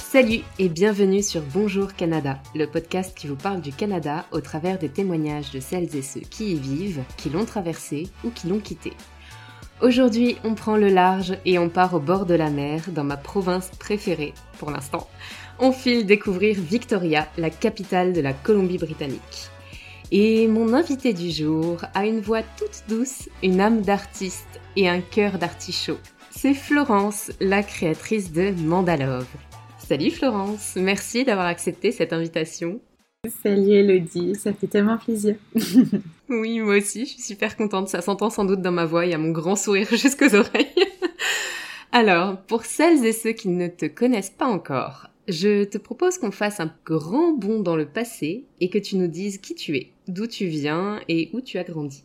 Salut et bienvenue sur Bonjour Canada, le podcast qui vous parle du Canada au travers des témoignages de celles et ceux qui y vivent, qui l'ont traversé ou qui l'ont quitté. Aujourd'hui, on prend le large et on part au bord de la mer, dans ma province préférée pour l'instant. On file découvrir Victoria, la capitale de la Colombie-Britannique. Et mon invité du jour a une voix toute douce, une âme d'artiste et un cœur d'artichaut. C'est Florence, la créatrice de Mandalove. Salut Florence, merci d'avoir accepté cette invitation. Salut Elodie, ça fait tellement plaisir. Oui, moi aussi, je suis super contente, ça s'entend sans doute dans ma voix, il y a mon grand sourire jusqu'aux oreilles. Alors, pour celles et ceux qui ne te connaissent pas encore, je te propose qu'on fasse un grand bond dans le passé et que tu nous dises qui tu es, d'où tu viens et où tu as grandi.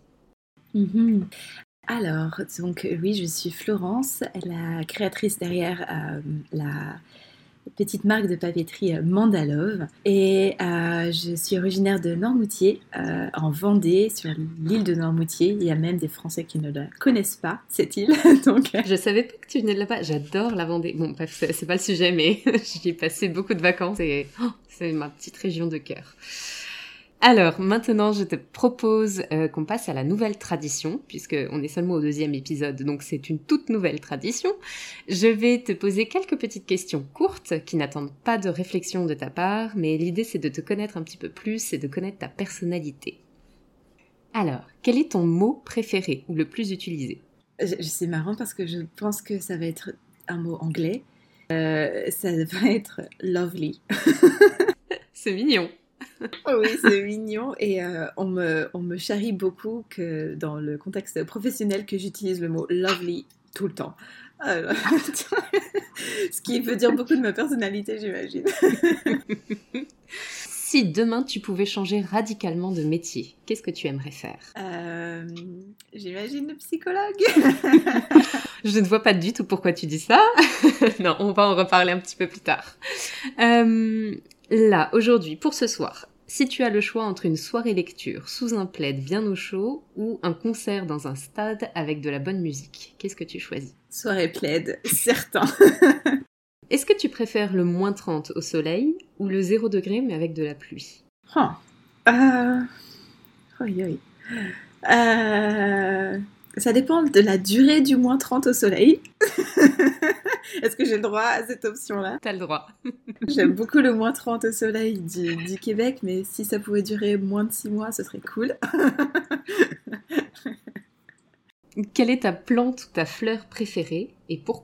Alors, donc oui, je suis Florence, la créatrice derrière la petite marque de papeterie Mandalove. Et je suis originaire de Noirmoutier, en Vendée, sur l'île de Noirmoutier. Il y a même des Français qui ne la connaissent pas, cette île. Donc, Je savais pas que tu venais de là-bas, j'adore la Vendée. Bon, bref, c'est pas le sujet, mais j'y ai passé beaucoup de vacances et c'est ma petite région de cœur. Alors, maintenant, je te propose qu'on passe à la nouvelle tradition, puisqu'on est seulement au 2e épisode, donc c'est une toute nouvelle tradition. Je vais te poser quelques petites questions courtes qui n'attendent pas de réflexion de ta part, mais l'idée c'est de te connaître un petit peu plus et de connaître ta personnalité. Alors, quel est ton mot préféré ou le plus utilisé ? c'est marrant parce que je pense que ça va être un mot anglais. Ça va être lovely. C'est mignon. Oui, c'est mignon et on me charrie beaucoup que dans le contexte professionnel que j'utilise le mot lovely tout le temps. Ce qui veut dire beaucoup de ma personnalité, j'imagine. Si demain tu pouvais changer radicalement de métier, qu'est-ce que tu aimerais faire ? J'imagine le psychologue. Je ne vois pas du tout pourquoi tu dis ça. Non, on va en reparler un petit peu plus tard. Là, aujourd'hui, pour ce soir, si tu as le choix entre une soirée lecture sous un plaid bien au chaud ou un concert dans un stade avec de la bonne musique, qu'est-ce que tu choisis ? Soirée plaid, certain. Est-ce que tu préfères le -30 au soleil ou le 0 degré mais avec de la pluie ? Ça dépend de la durée du -30 au soleil. Est-ce que j'ai le droit à cette option-là ? T'as le droit. J'aime beaucoup le -30 au soleil du Québec, mais si ça pouvait durer moins de 6 mois, ce serait cool. Quelle est ta plante ou ta fleur préférée et pourquoi ?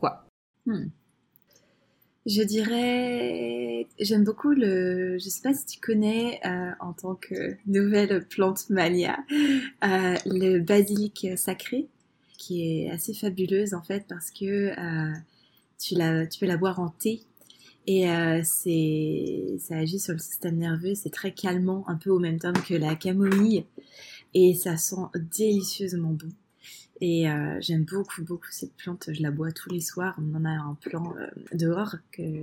Je dirais, j'aime beaucoup je sais pas si tu connais en tant que nouvelle plante mania, le basilic sacré, qui est assez fabuleuse en fait parce que tu peux la boire en thé et ça agit sur le système nerveux, c'est très calmant, un peu au même temps que la camomille et ça sent délicieusement bon. Et j'aime beaucoup, beaucoup cette plante. Je la bois tous les soirs. On en a un plant dehors.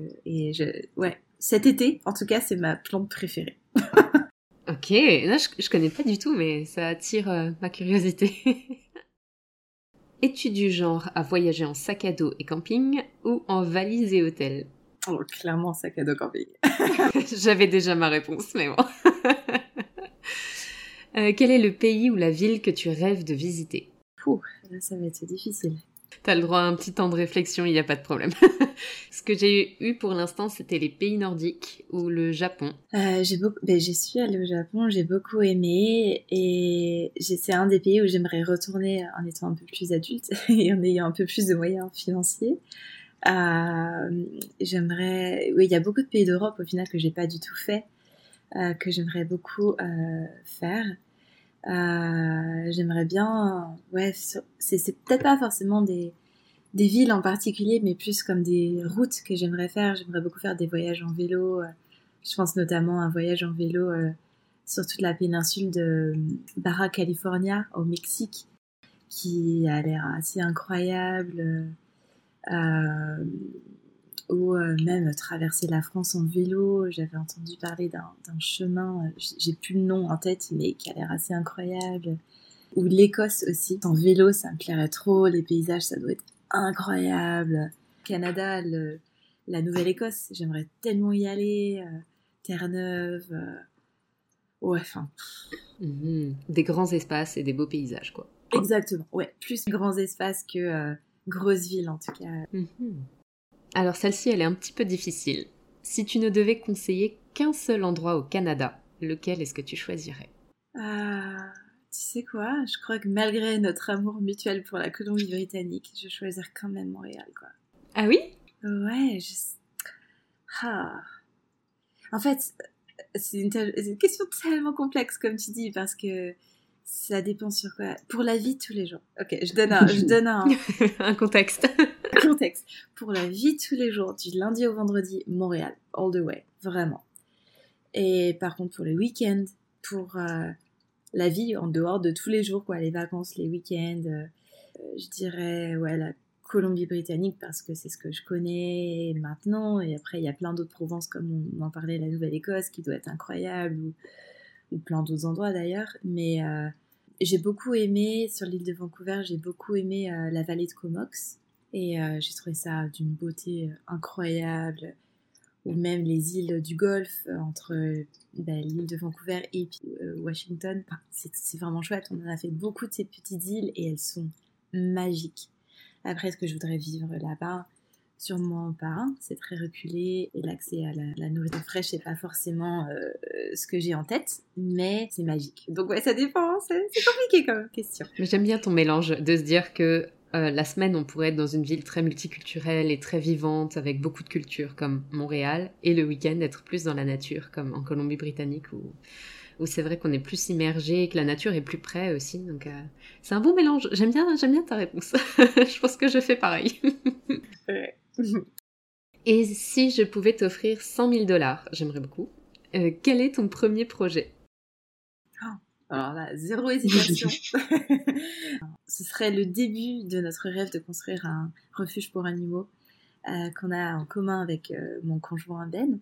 Cet été, en tout cas, c'est ma plante préférée. Ok, là, je connais pas du tout, mais ça attire ma curiosité. Es-tu du genre à voyager en sac à dos et camping ou en valise et hôtel ? Oh, clairement, sac à dos camping. J'avais déjà ma réponse, mais bon. Quel est le pays ou la ville que tu rêves de visiter ? Là, ça va être difficile. T'as le droit à un petit temps de réflexion, il n'y a pas de problème. Ce que j'ai eu pour l'instant, c'était les pays nordiques ou le Japon. J'y suis allée au Japon, j'ai beaucoup aimé et c'est un des pays où j'aimerais retourner en étant un peu plus adulte et en ayant un peu plus de moyens financiers. Oui, il y a beaucoup de pays d'Europe au final que j'ai pas du tout fait, que j'aimerais beaucoup faire. J'aimerais bien, c'est peut-être pas forcément des villes en particulier, mais plus comme des routes que j'aimerais faire. J'aimerais beaucoup faire des voyages en vélo. Je pense notamment à un voyage en vélo sur toute la péninsule de Baja California au Mexique, qui a l'air assez incroyable. Ou même traverser la France en vélo. J'avais entendu parler d'un chemin, j'ai plus le nom en tête, mais qui a l'air assez incroyable. Ou l'Écosse aussi, en vélo, ça me plairait trop, les paysages, ça doit être incroyable. Canada, la Nouvelle-Écosse, j'aimerais tellement y aller, Terre-Neuve, ouais, enfin... Des grands espaces et des beaux paysages, quoi. Exactement, ouais, plus grands espaces que grosses villes en tout cas. Alors celle-ci, elle est un petit peu difficile. Si tu ne devais conseiller qu'un seul endroit au Canada, lequel est-ce que tu choisirais? Tu sais quoi? Je crois que malgré notre amour mutuel pour la Colombie-Britannique, je vais choisir quand même Montréal, quoi. Ah oui? Ouais, Ah. En fait, c'est une question tellement complexe, comme tu dis, parce que ça dépend sur quoi. Pour la vie de tous les jours. Ok, je donne un Un contexte. contexte. Pour la vie de tous les jours, du lundi au vendredi, Montréal, all the way, vraiment. Et par contre, pour les week-ends, pour la vie en dehors de tous les jours, quoi, les vacances, les week-ends, je dirais, ouais, la Colombie-Britannique, parce que c'est ce que je connais maintenant. Et après, il y a plein d'autres provinces, comme on en parlait, la Nouvelle-Écosse, qui doit être incroyable, ou plein d'autres endroits d'ailleurs. Mais j'ai beaucoup aimé, sur l'île de Vancouver, j'ai beaucoup aimé la vallée de Comox. Et j'ai trouvé ça d'une beauté incroyable. Ou même les îles du Golfe, entre l'île de Vancouver et puis, Washington. Enfin, c'est vraiment chouette. On en a fait beaucoup de ces petites îles et elles sont magiques. Après, est-ce que je voudrais vivre là-bas? Sûrement pas. C'est très reculé et l'accès à la nourriture fraîche, c'est pas forcément ce que j'ai en tête, mais c'est magique. Donc ouais, ça dépend. C'est compliqué comme question. Mais j'aime bien ton mélange de se dire que la semaine, on pourrait être dans une ville très multiculturelle et très vivante, avec beaucoup de culture, comme Montréal, et le week-end, être plus dans la nature, comme en Colombie-Britannique, où c'est vrai qu'on est plus immergé et que la nature est plus près aussi. Donc, c'est un bon mélange. J'aime bien ta réponse. Je pense que je fais pareil. Ouais. Et si je pouvais t'offrir 100 000 $, j'aimerais beaucoup, quel est ton premier projet? Alors là, zéro hésitation. Ce serait le début de notre rêve de construire un refuge pour animaux qu'on a en commun avec mon conjoint Ben.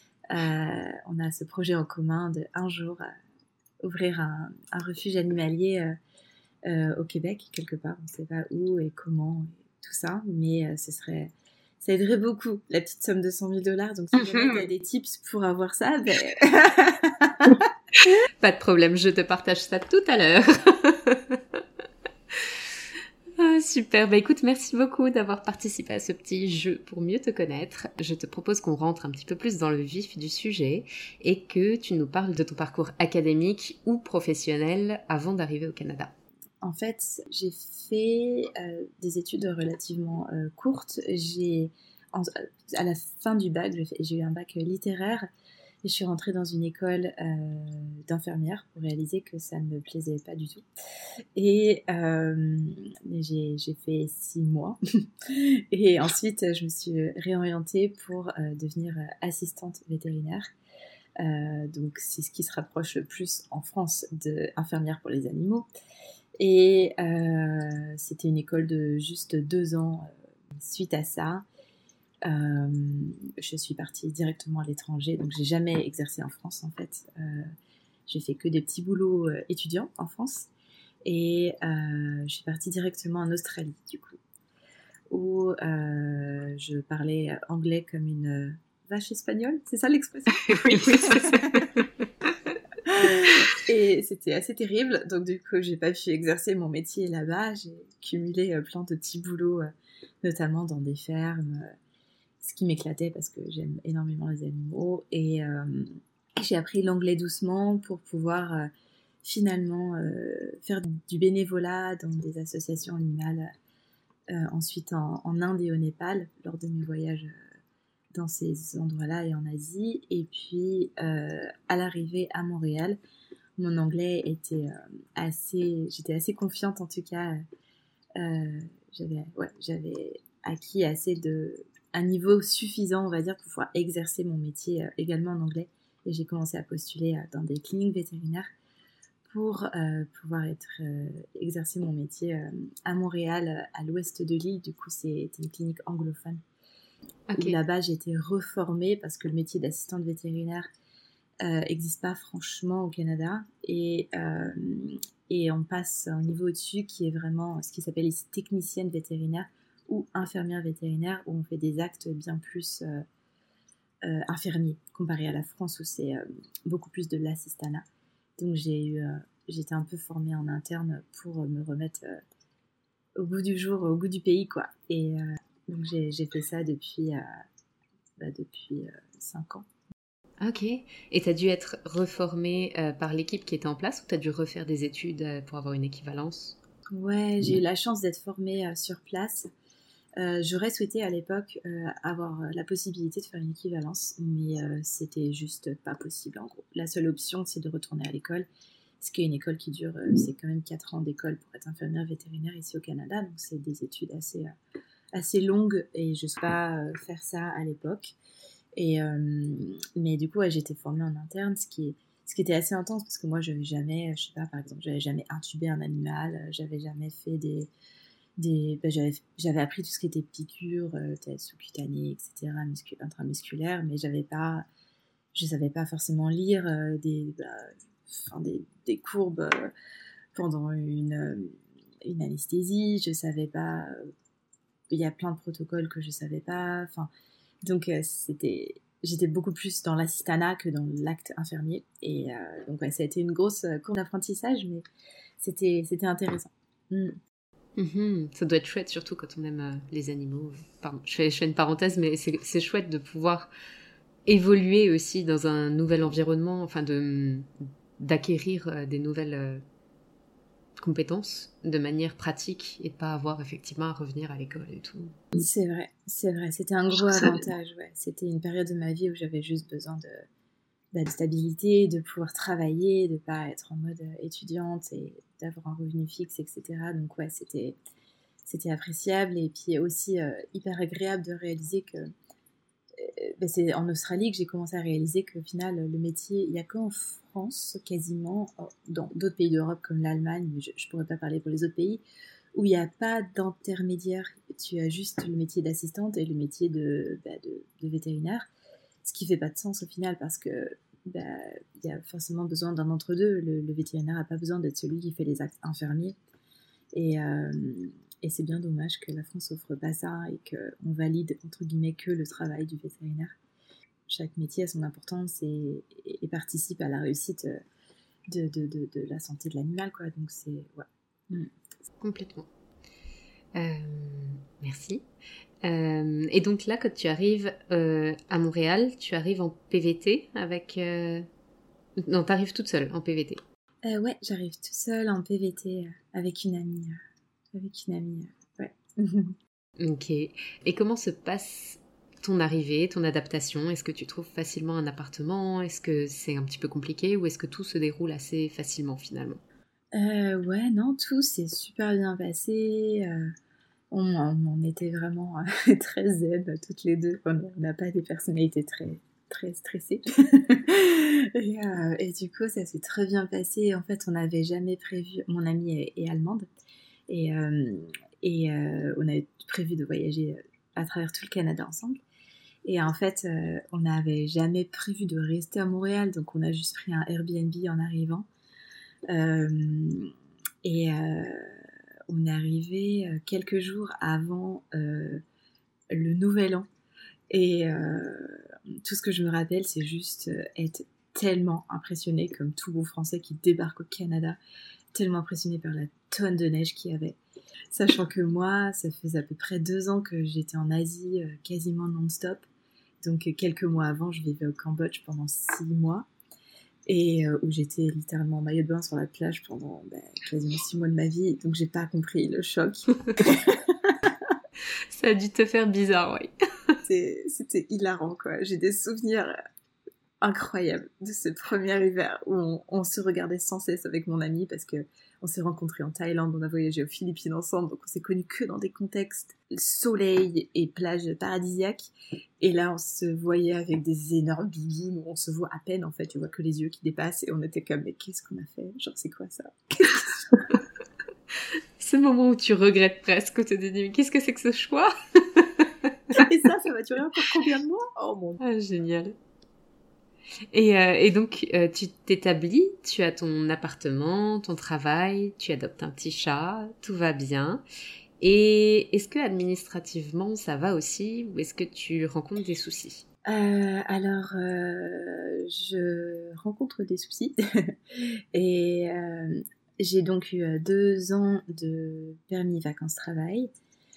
On a ce projet en commun de un jour ouvrir un refuge animalier au Québec, quelque part. On ne sait pas où et comment et tout ça, mais ça aiderait beaucoup, la petite somme de 100 000 $. Donc si jamais tu as des tips pour avoir ça, ben... Pas de problème, je te partage ça tout à l'heure. Ah, super, bah écoute, merci beaucoup d'avoir participé à ce petit jeu pour mieux te connaître. Je te propose qu'on rentre un petit peu plus dans le vif du sujet et que tu nous parles de ton parcours académique ou professionnel avant d'arriver au Canada. En fait, j'ai fait des études relativement courtes. À la fin du bac, j'ai eu un bac littéraire et je suis rentrée dans une école d'infirmière pour réaliser que ça ne me plaisait pas du tout. Et j'ai fait 6 mois. Et ensuite, je me suis réorientée pour devenir assistante vétérinaire. Donc, c'est ce qui se rapproche le plus en France d'infirmière pour les animaux. Et c'était une école de juste 2 ans. Suite à ça, je suis partie directement à l'étranger, donc j'ai jamais exercé en France en fait. J'ai fait que des petits boulots étudiants en France et je suis partie directement en Australie du coup, où je parlais anglais comme une vache espagnole, c'est ça l'expression? Oui, c'est ça. Et c'était assez terrible, donc du coup j'ai pas pu exercer mon métier là-bas. J'ai cumulé plein de petits boulots, notamment dans des fermes, ce qui m'éclatait parce que j'aime énormément les animaux. Et j'ai appris l'anglais doucement pour pouvoir finalement faire du bénévolat dans des associations animales, ensuite en Inde et au Népal, lors de mes voyages dans ces endroits-là et en Asie. Et puis à l'arrivée à Montréal, mon anglais était j'étais assez confiante en tout cas. J'avais acquis un niveau suffisant, on va dire, pour pouvoir exercer mon métier également en anglais. Et j'ai commencé à postuler dans des cliniques vétérinaires pour pouvoir exercer mon métier à Montréal, à l'ouest de l'île. Du coup, c'était une clinique anglophone. Okay. Où là-bas, j'ai été reformée parce que le métier d'assistante vétérinaire n'existe pas franchement au Canada. Et on passe au niveau au-dessus qui est vraiment ce qui s'appelle ici technicienne vétérinaire, ou infirmière vétérinaire, où on fait des actes bien plus infirmiers, comparé à la France où c'est beaucoup plus de l'assistanat. Donc j'étais un peu formée en interne pour me remettre au goût du jour, au goût du pays, quoi. Et donc j'ai fait ça depuis 5 ans. Ok. Et tu as dû être reformée par l'équipe qui était en place ou tu as dû refaire des études pour avoir une équivalence? Ouais, j'ai eu la chance d'être formée sur place. J'aurais souhaité à l'époque avoir la possibilité de faire une équivalence, mais c'était juste pas possible en gros. La seule option, c'est de retourner à l'école, ce qui est une école qui dure, c'est quand même 4 ans d'école pour être infirmière vétérinaire ici au Canada, donc c'est des études assez longues et je ne sais pas faire ça à l'époque. Mais du coup, ouais, j'étais formée en interne, ce qui était assez intense parce que moi, j'avais jamais, je sais pas, par exemple, j'avais jamais intubé un animal, j'avais jamais fait j'avais appris tout ce qui était piqûres, sous-cutanées, etc., intramusculaires, mais je savais pas forcément lire des courbes pendant une anesthésie, je savais pas, il y a plein de protocoles que je savais pas, enfin, donc j'étais beaucoup plus dans l'assistanat que dans l'acte infirmier, et donc ouais, ça a été une grosse courbe d'apprentissage, mais c'était intéressant. Ça doit être chouette, surtout quand on aime les animaux. Pardon, je fais une parenthèse, mais c'est chouette de pouvoir évoluer aussi dans un nouvel environnement, enfin d'acquérir des nouvelles compétences de manière pratique et de pas avoir effectivement à revenir à l'école et tout. C'est vrai. C'était un gros avantage, ouais. C'était une période de ma vie où j'avais juste besoin de stabilité, de pouvoir travailler, de pas être en mode étudiante et d'avoir un revenu fixe, etc. Donc ouais, c'était appréciable et puis aussi hyper agréable de réaliser que c'est en Australie que j'ai commencé à réaliser qu'au final le métier, il n'y a qu'en France quasiment, dans d'autres pays d'Europe comme l'Allemagne, mais je ne pourrais pas parler pour les autres pays, où il n'y a pas d'intermédiaire, tu as juste le métier d'assistante et le métier de vétérinaire, ce qui fait pas de sens au final parce que il y a forcément besoin d'un entre-deux. Le vétérinaire n'a pas besoin d'être celui qui fait les actes infirmiers. Et c'est bien dommage que la France offre pas ça et qu'on valide, entre guillemets, que le travail du vétérinaire. Chaque métier a son importance et participe à la réussite de la santé de l'animal, quoi. Donc c'est... Ouais. Complètement. Merci. Et donc là, quand tu arrives à Montréal, tu arrives en PVT avec... Non, tu arrives toute seule en PVT. Ouais, j'arrive toute seule en PVT avec une amie. Ouais. Ok. Et comment se passe ton arrivée, ton adaptation? Est-ce que tu trouves facilement un appartement? Est-ce que c'est un petit peu compliqué ou est-ce que tout se déroule assez facilement finalement? Ouais, non, tout s'est super bien passé. On était vraiment très zen toutes les deux. On n'a pas des personnalités très, très stressées. Et du coup, ça s'est très bien passé. En fait, on n'avait jamais prévu... Mon amie est allemande. Et on avait prévu de voyager à travers tout le Canada ensemble. Et en fait, on n'avait jamais prévu de rester à Montréal. Donc, on a juste pris un Airbnb en arrivant. On est arrivé quelques jours avant le Nouvel An. Et tout ce que je me rappelle, c'est juste être tellement impressionnée, comme tout bon Français qui débarque au Canada, tellement impressionnée par la tonne de neige qu'il y avait. Sachant que moi, ça faisait à peu près 2 ans que j'étais en Asie quasiment non-stop. Donc quelques mois avant, je vivais au Cambodge pendant 6 mois. Et où j'étais littéralement en maillot de bain sur la plage pendant quasiment 6 mois de ma vie. Donc j'ai pas compris le choc. Ça a dû te faire bizarre, oui. C'était hilarant, quoi. J'ai des souvenirs incroyables de ce premier hiver où on se regardait sans cesse avec mon ami parce que on s'est rencontrés en Thaïlande, on a voyagé aux Philippines ensemble, donc on s'est connus que dans des contextes soleil et plage paradisiaques. Et là, on se voyait avec des énormes doudounes où on se voit à peine, en fait, tu vois que les yeux qui dépassent et on était comme, mais qu'est-ce qu'on a fait? Genre, c'est quoi ça? Ce moment où tu regrettes presque, où tu te dis, mais qu'est-ce que c'est que ce choix? Et ça va durer encore combien de mois? Oh mon Dieu. Ah, génial. Et donc, tu t'établis, tu as ton appartement, ton travail, tu adoptes un petit chat, tout va bien. Et est-ce que administrativement ça va aussi ou est-ce que tu rencontres des soucis? Je rencontre des soucis et j'ai donc eu 2 ans de permis vacances-travail.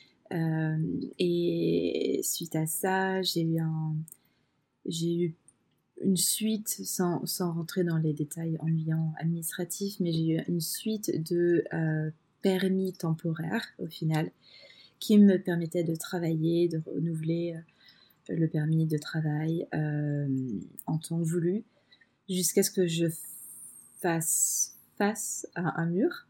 Et suite à ça, j'ai eu une suite, sans rentrer dans les détails ennuyants administratifs, mais j'ai eu une suite de permis temporaires au final, qui me permettaient de travailler, de renouveler le permis de travail en temps voulu, jusqu'à ce que je fasse face à un mur.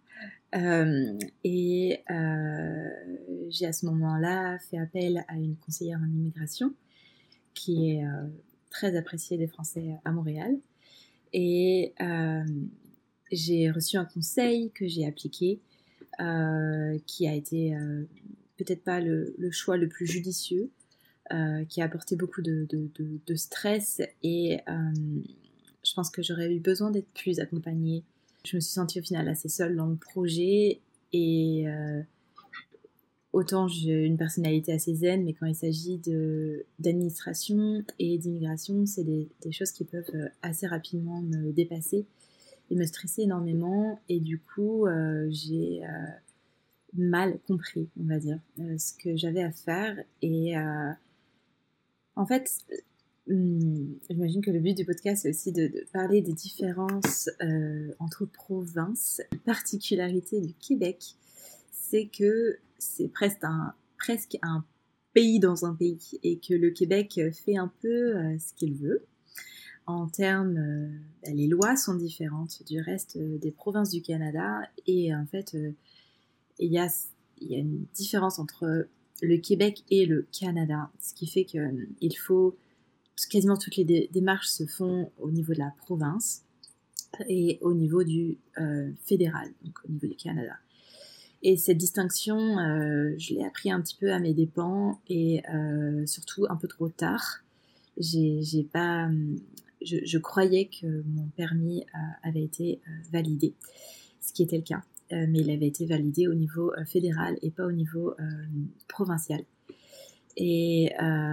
J'ai à ce moment-là fait appel à une conseillère en immigration qui est très appréciée des Français à Montréal. Et j'ai reçu un conseil que j'ai appliqué, qui a été peut-être pas le choix le plus judicieux, qui a apporté beaucoup de stress et je pense que j'aurais eu besoin d'être plus accompagnée. Je me suis sentie au final assez seule dans le projet et autant j'ai une personnalité assez zen, mais quand il s'agit d'administration et d'immigration, c'est des choses qui peuvent assez rapidement me dépasser et me stresser énormément. Et du coup, j'ai mal compris, on va dire, ce que j'avais à faire. Et en fait, j'imagine que le but du podcast, c'est aussi de parler des différences entre provinces. La particularité du Québec, c'est que c'est presque un pays dans un pays et que le Québec fait un peu ce qu'il veut. En termes, les lois sont différentes du reste des provinces du Canada et en fait, il y a une différence entre le Québec et le Canada, ce qui fait qu'il faut quasiment toutes les démarches se font au niveau de la province et au niveau du fédéral, donc au niveau du Canada. Et cette distinction, je l'ai appris un petit peu à mes dépens et surtout un peu trop tard. Je croyais que mon permis avait été validé, ce qui était le cas, mais il avait été validé au niveau fédéral et pas au niveau provincial. Et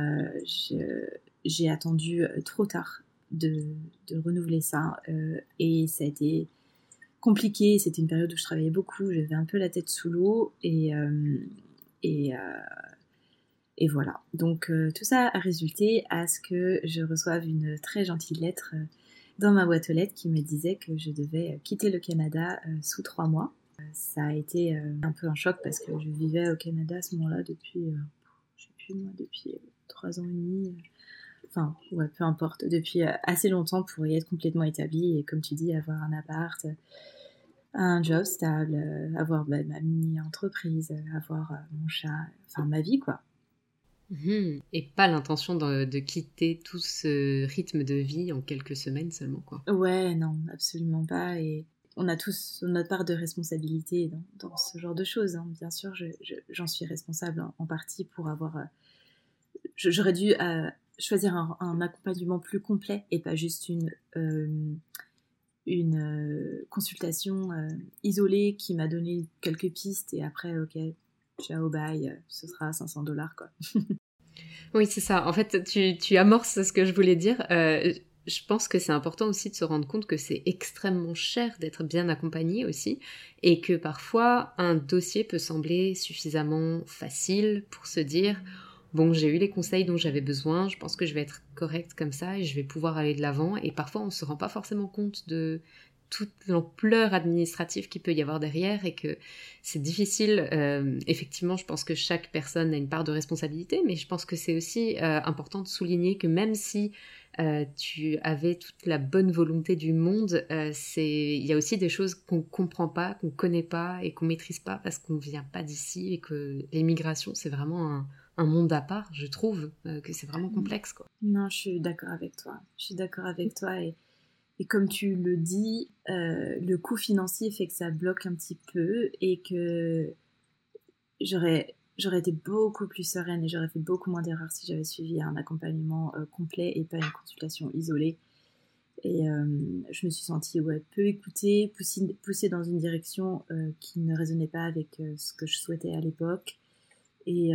j'ai attendu trop tard de renouveler ça et ça a été compliqué. C'était une période où je travaillais beaucoup, j'avais un peu la tête sous l'eau et voilà. Donc tout ça a résulté à ce que je reçoive une très gentille lettre dans ma boîte aux lettres qui me disait que je devais quitter le Canada sous 3 mois. Ça a été un peu un choc parce que je vivais au Canada à ce moment-là depuis, je sais plus moi, depuis 3 ans et demi. Enfin, ouais, peu importe, depuis assez longtemps pour y être complètement établie et comme tu dis, avoir un appart, un job stable, avoir ma mini-entreprise, avoir mon chat, enfin ma vie quoi. Et pas l'intention de quitter tout ce rythme de vie en quelques semaines seulement, quoi. Ouais, non, absolument pas. Et on a tous notre part de responsabilité dans ce genre de choses, hein. Bien sûr, j'en suis responsable en partie pour avoir... j'aurais dû choisir un accompagnement plus complet et pas juste une consultation isolée qui m'a donné quelques pistes et après, ok, ciao, bye, ce sera $500, quoi. Oui, c'est ça. En fait, tu amorces ce que je voulais dire. Je pense que c'est important aussi de se rendre compte que c'est extrêmement cher d'être bien accompagné aussi et que parfois un dossier peut sembler suffisamment facile pour se dire bon, j'ai eu les conseils dont j'avais besoin, je pense que je vais être correcte comme ça et je vais pouvoir aller de l'avant. Et parfois, on ne se rend pas forcément compte de toute l'ampleur administrative qu'il peut y avoir derrière et que c'est difficile. Effectivement, je pense que chaque personne a une part de responsabilité, mais je pense que c'est aussi important de souligner que même si tu avais toute la bonne volonté du monde, il y a aussi des choses qu'on comprend pas, qu'on connaît pas et qu'on maîtrise pas parce qu'on vient pas d'ici et que l'immigration, c'est vraiment un monde à part, je trouve, que c'est vraiment complexe, quoi. Non, je suis d'accord avec toi. Je suis d'accord avec toi et comme tu le dis, le coût financier fait que ça bloque un petit peu et que j'aurais été beaucoup plus sereine et j'aurais fait beaucoup moins d'erreurs si j'avais suivi un accompagnement complet et pas une consultation isolée. Et je me suis sentie peu écoutée, poussée dans une direction qui ne résonnait pas avec ce que je souhaitais à l'époque. Et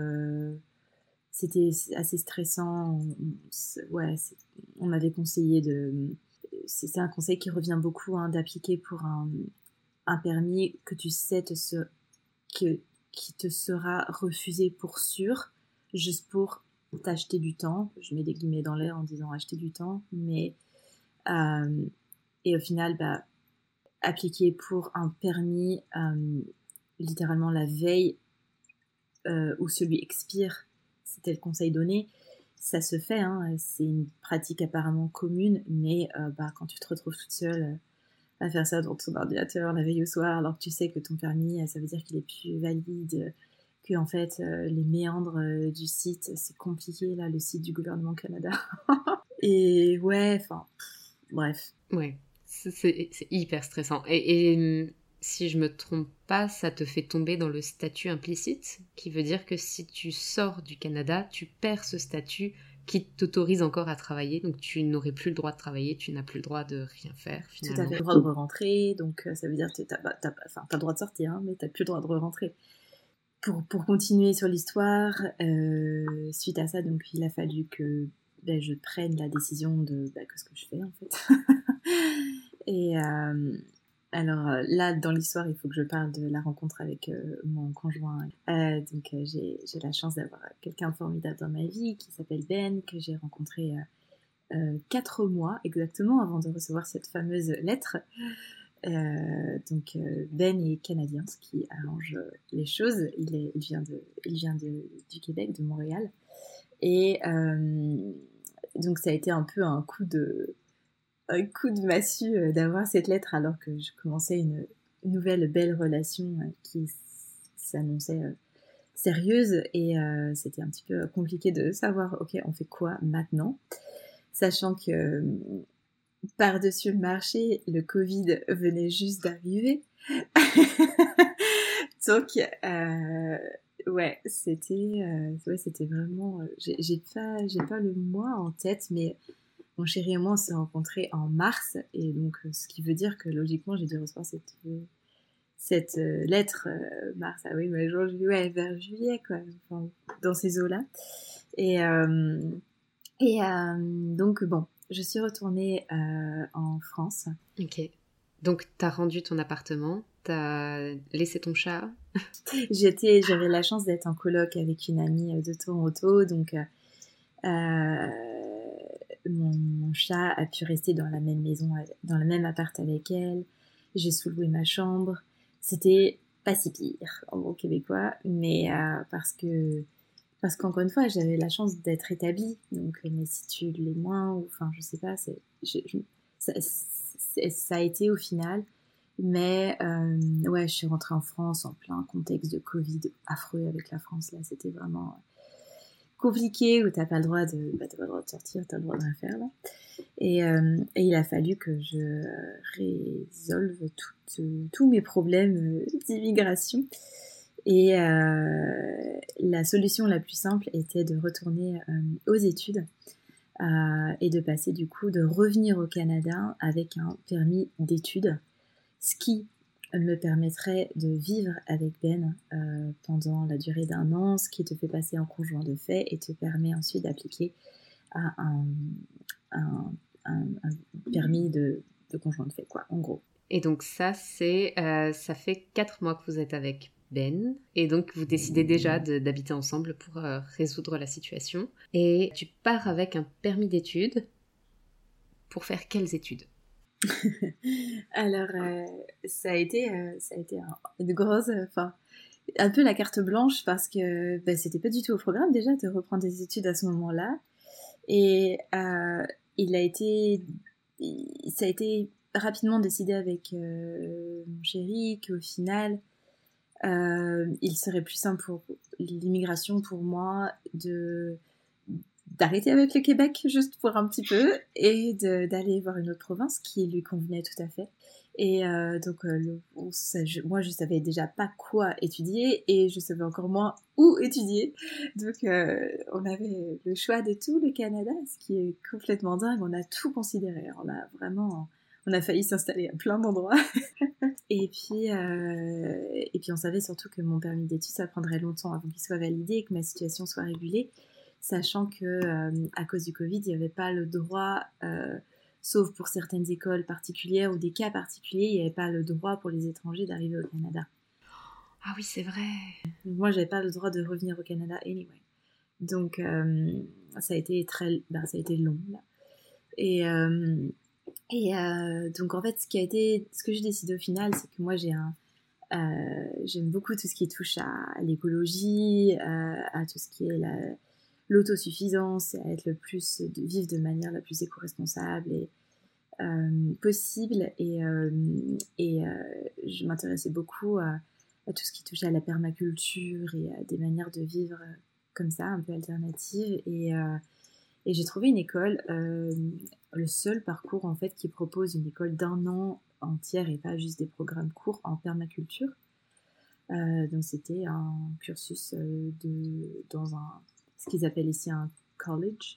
c'était assez stressant. On m'avait conseillé c'est un conseil qui revient beaucoup, hein, d'appliquer pour un permis que tu sais qui te sera refusé pour sûr, juste pour t'acheter du temps. Je mets des guillemets dans l'air en disant acheter du temps, mais et au final, appliquer pour un permis littéralement la veille où celui expire, c'était le conseil donné. Ça se fait, hein, c'est une pratique apparemment commune, mais quand tu te retrouves toute seule à faire ça dans ton ordinateur la veille au soir, alors que tu sais que ton permis, ça veut dire qu'il est plus valide, que en fait les méandres du site, c'est compliqué là, le site du gouvernement Canada. Et bref. Ouais, c'est hyper stressant. Et si je me trompe pas, ça te fait tomber dans le statut implicite, qui veut dire que si tu sors du Canada, tu perds ce statut qui t'autorise encore à travailler, donc tu n'aurais plus le droit de travailler, tu n'as plus le droit de rien faire, finalement. Tout à fait, le droit de re-rentrer, donc ça veut dire que t'as le droit de sortir, hein, mais t'as plus le droit de re-rentrer. Pour continuer sur l'histoire, suite à ça, donc il a fallu que je prenne la décision de ce que je fais en fait. Et alors là, dans l'histoire, il faut que je parle de la rencontre avec mon conjoint. Donc j'ai la chance d'avoir quelqu'un formidable dans ma vie qui s'appelle Ben, que j'ai rencontré 4 mois exactement avant de recevoir cette fameuse lettre. Donc Ben est canadien, ce qui arrange les choses. Il vient du Québec, de Montréal. Et donc ça a été un peu un coup de massue d'avoir cette lettre alors que je commençais une nouvelle belle relation qui s'annonçait sérieuse. Et c'était un petit peu compliqué de savoir, ok, on fait quoi maintenant, sachant que par-dessus le marché, le Covid venait juste d'arriver. Donc, c'était vraiment... J'ai pas le mois en tête, mais mon chéri et moi, on s'est rencontrés en mars, et donc ce qui veut dire que logiquement, j'ai dû recevoir cette lettre mars, ah oui, mais vers juillet, quoi, enfin, dans ces eaux-là. Et donc, bon, je suis retournée en France. Ok. Donc, t'as rendu ton appartement, t'as laissé ton chat. J'avais la chance d'être en coloc avec une amie de Toronto, donc mon chat a pu rester dans la même maison, dans le même appart avec elle. J'ai sous-loué ma chambre. C'était pas si pire en bon québécois, mais parce qu'encore une fois, j'avais la chance d'être établie. Donc, mais si tu l'es moins, ou enfin, je sais pas, ça a été au final. Mais je suis rentrée en France en plein contexte de Covid affreux avec la France. Là, c'était vraiment compliqué, où t'as pas le droit t'as pas le droit de sortir, t'as le droit de rien faire là. Et il a fallu que je résolve tous mes problèmes d'immigration. Et la solution la plus simple était de retourner aux études et de passer du coup, de revenir au Canada avec un permis d'études, ce qui me permettrait de vivre avec Ben pendant la durée d'1 an, ce qui te fait passer en conjoint de fait et te permet ensuite d'appliquer à un permis de conjoint de fait, quoi, en gros. Et donc ça fait 4 mois que vous êtes avec Ben, et donc vous décidez déjà d'habiter ensemble pour résoudre la situation. Et tu pars avec un permis d'études pour faire quelles études? Alors, ça a été une grosse, un peu la carte blanche, parce que c'était pas du tout au programme déjà de reprendre des études à ce moment-là. Et ça a été rapidement décidé avec mon chéri qu'au final, il serait plus simple pour l'immigration pour moi d'arrêter avec le Québec juste pour un petit peu et d'aller voir une autre province qui lui convenait tout à fait. Et moi, je savais déjà pas quoi étudier et je savais encore moins où étudier. Donc, on avait le choix de tout le Canada, ce qui est complètement dingue. On a tout considéré. On a failli s'installer à plein d'endroits. Et puis, on savait surtout que mon permis d'études, ça prendrait longtemps avant qu'il soit validé et que ma situation soit régulée, sachant que à cause du Covid, il n'y avait pas le droit, sauf pour certaines écoles particulières ou des cas particuliers, il n'y avait pas le droit pour les étrangers d'arriver au Canada. Ah oui, c'est vrai. Donc moi, j'avais pas le droit de revenir au Canada anyway. Donc ça a été ça a été long là. Et donc en fait, ce que j'ai décidé au final, c'est que moi j'aime beaucoup tout ce qui touche à l'écologie, à tout ce qui est l'autosuffisance, à être vivre de manière la plus éco-responsable et possible. Et je m'intéressais beaucoup à tout ce qui touchait à la permaculture et à des manières de vivre comme ça, un peu alternatives. Et j'ai trouvé une école, le seul parcours en fait qui propose une école d'un an entière et pas juste des programmes courts en permaculture. Donc c'était un cursus dans ce qu'ils appellent ici un college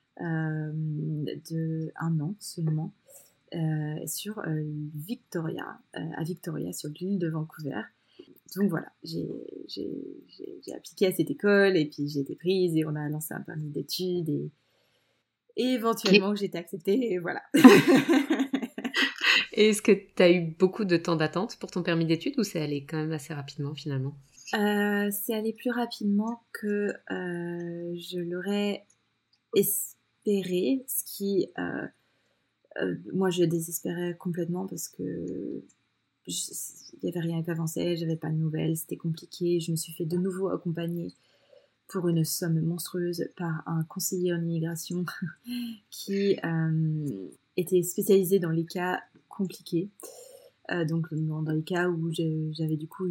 de un an seulement sur Victoria, à Victoria sur l'île de Vancouver. Donc voilà, j'ai appliqué à cette école et puis j'ai été prise et on a lancé un permis d'études et éventuellement j'ai été acceptée et voilà. Et est-ce que tu as eu beaucoup de temps d'attente pour ton permis d'études ou c'est allé quand même assez rapidement finalement? C'est allé plus rapidement que je l'aurais espéré, ce qui moi je désespérais complètement parce que il n'y avait rien qui avançait, j'avais pas de nouvelles, c'était compliqué. Je me suis fait de nouveau accompagner pour une somme monstrueuse par un conseiller en immigration qui était spécialisé dans les cas compliqués. Donc dans les cas où j'avais du coup eu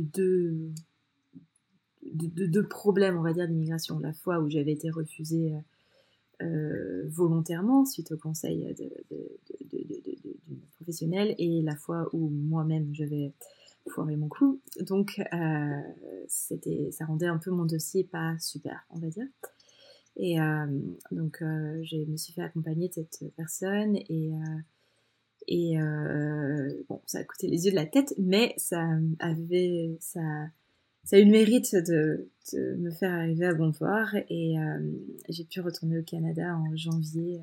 deux problèmes, on va dire, d'immigration. La fois où j'avais été refusée volontairement suite au conseil d'une professionnelle et la fois où moi-même j'avais foiré mon coup. Donc ça rendait un peu mon dossier pas super, on va dire. Et donc je me suis fait accompagner de cette personne et bon, ça a coûté les yeux de la tête, mais ça a eu le mérite de me faire arriver à bon port et j'ai pu retourner au Canada en janvier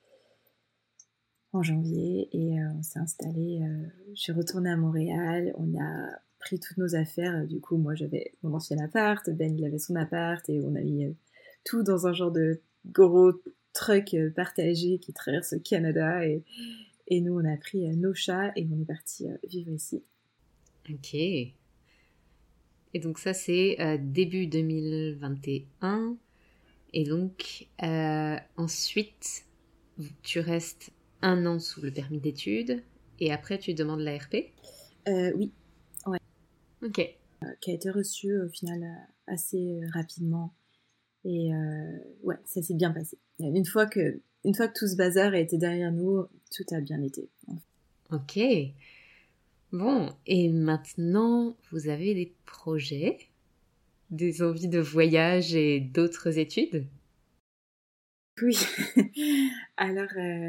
et on s'est installé. Je suis retournée à Montréal, on a pris toutes nos affaires. Du coup, moi j'avais mon ancien appart, Ben il avait son appart et on a mis tout dans un genre de gros truck partagé qui traverse le Canada et nous on a pris nos chats et on est parti vivre ici. Ok. Et donc ça c'est début 2021 et donc ensuite tu restes un an sous le permis d'études et après tu demandes l'ARP? Oui, ouais. Ok. Qui a été reçu au final assez rapidement et ouais, ça s'est bien passé. Une fois que tout ce bazar a été derrière nous, tout a bien été. Ok. Bon, et maintenant vous avez des projets, des envies de voyage et d'autres études? Oui. Alors,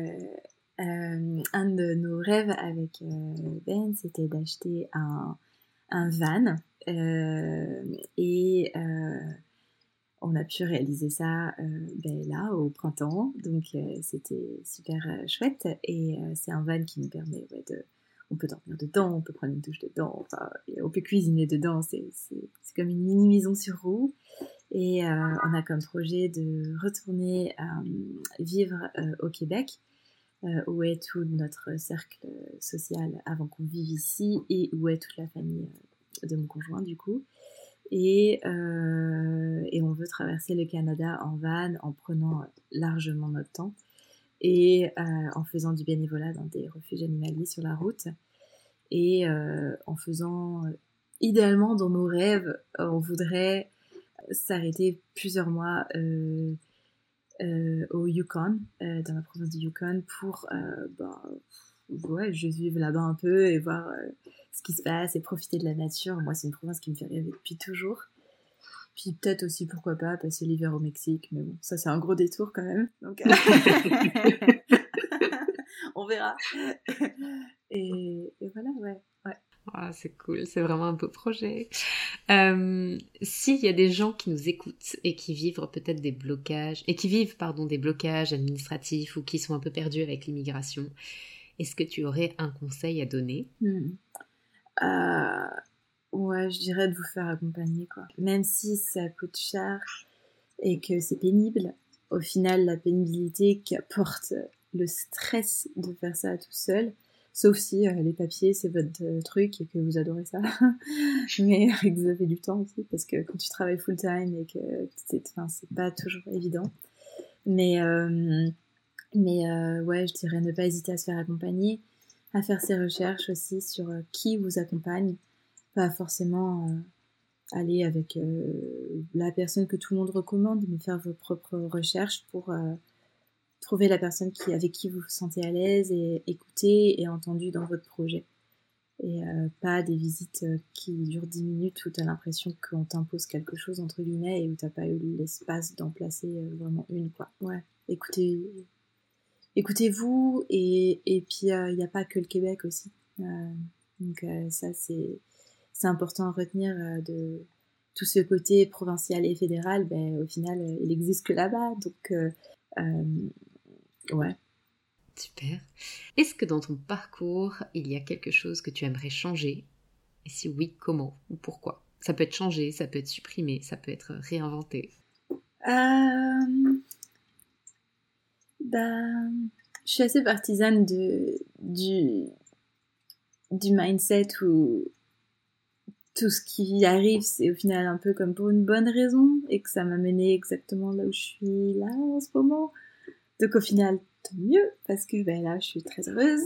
un de nos rêves avec Ben, c'était d'acheter un van. Et on a pu réaliser ça là, au printemps. Donc, c'était super chouette. Et c'est un van qui nous permet on peut dormir dedans, on peut prendre une douche dedans, enfin, et on peut cuisiner dedans. C'est comme une mini maison sur roues. Et on a comme projet de retourner vivre au Québec, où est tout notre cercle social avant qu'on vive ici et où est toute la famille de mon conjoint du coup. Et on veut traverser le Canada en van en prenant largement notre temps et en faisant du bénévolat dans des refuges animaliers sur la route et en faisant idéalement dans nos rêves on voudrait s'arrêter plusieurs mois au Yukon, dans la province du Yukon, pour ouais, juste vivre là-bas un peu et voir ce qui se passe et profiter de la nature. Moi, c'est une province qui me fait rêver depuis toujours. Puis peut-être aussi, pourquoi pas, passer l'hiver au Mexique. Mais bon, ça, c'est un gros détour quand même. Donc, on verra. Et voilà, ouais. Ah, c'est cool, c'est vraiment un beau projet. S'il y a des gens qui nous écoutent et qui vivent peut-être des blocages, des blocages administratifs ou qui sont un peu perdus avec l'immigration, est-ce que tu aurais un conseil à donner? Ouais, je dirais de vous faire accompagner, quoi. Même si ça coûte cher et que c'est pénible, au final, la pénibilité qu'apporte le stress de faire ça tout seul, sauf si les papiers, c'est votre truc et que vous adorez ça, mais que vous avez du temps aussi, parce que quand tu travailles full-time et que c'est pas toujours évident. Mais ouais, je dirais ne pas hésiter à se faire accompagner, à faire ses recherches aussi sur qui vous accompagne, pas forcément aller avec la personne que tout le monde recommande, mais faire vos propres recherches pour trouver la personne avec qui vous vous sentez à l'aise et écoutée et entendue dans votre projet. Et pas des visites qui durent 10 minutes où tu as l'impression qu'on t'impose quelque chose, entre guillemets, et où tu n'as pas eu l'espace d'en placer vraiment une, quoi. Ouais, écoutez-vous, et puis il n'y a pas que le Québec aussi. Donc ça, c'est important à retenir de tout ce côté provincial et fédéral. Au final, il existe que là-bas. Donc, ouais. Super. Est-ce que dans ton parcours, il y a quelque chose que tu aimerais changer? Et si oui, comment ou pourquoi? Ça peut être changé, ça peut être supprimé, ça peut être réinventé. Je suis assez partisane du mindset où tout ce qui arrive, c'est au final un peu comme pour une bonne raison et que ça m'a menée exactement là où je suis là en ce moment. Donc au final, tant mieux, parce que là, je suis très heureuse.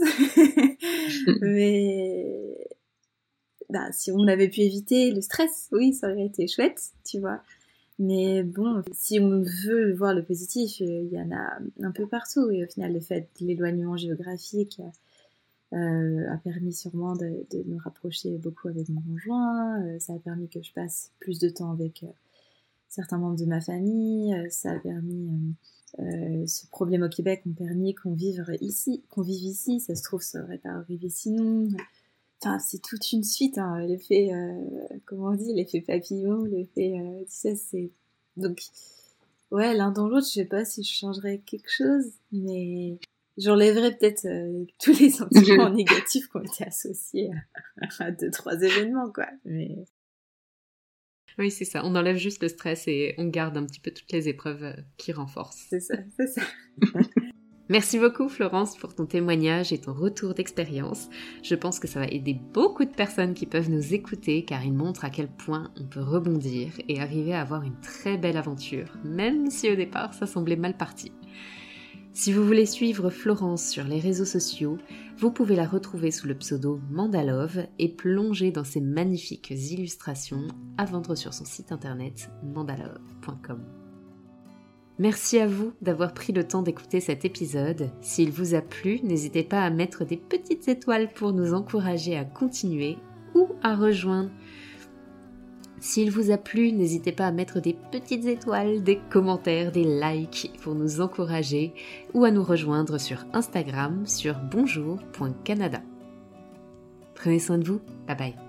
Mais si on avait pu éviter le stress, oui, ça aurait été chouette, tu vois. Mais bon, si on veut voir le positif, il y en a un peu partout. Et au final, le fait de l'éloignement géographique a permis sûrement de me rapprocher beaucoup avec mon conjoint. Ça a permis que je passe plus de temps avec certains membres de ma famille. Ça a permis... ce problème au Québec ont permis qu'on vive ici. Ça se trouve, ça aurait pas arrivé sinon. Enfin, c'est toute une suite, hein. L'effet, comment on dit, l'effet papillon, l'effet, tu sais, c'est... Donc, ouais, l'un dans l'autre, je sais pas si je changerais quelque chose, mais j'enlèverais peut-être tous les sentiments négatifs qui ont été associés à 2-3 événements, quoi. Mais... Oui, c'est ça. On enlève juste le stress et on garde un petit peu toutes les épreuves qui renforcent. C'est ça. Merci beaucoup Florence pour ton témoignage et ton retour d'expérience. Je pense que ça va aider beaucoup de personnes qui peuvent nous écouter car il montre à quel point on peut rebondir et arriver à avoir une très belle aventure, même si au départ ça semblait mal parti. Si vous voulez suivre Florence sur les réseaux sociaux, vous pouvez la retrouver sous le pseudo Mandalove et plonger dans ses magnifiques illustrations à vendre sur son site internet mandalove.com. Merci à vous d'avoir pris le temps d'écouter cet épisode. S'il vous a plu, n'hésitez pas à mettre des petites étoiles pour nous encourager à continuer ou à rejoindre. S'il vous a plu, n'hésitez pas à mettre des petites étoiles, des commentaires, des likes pour nous encourager ou à nous rejoindre sur Instagram sur bonjour.canada. Prenez soin de vous, bye bye.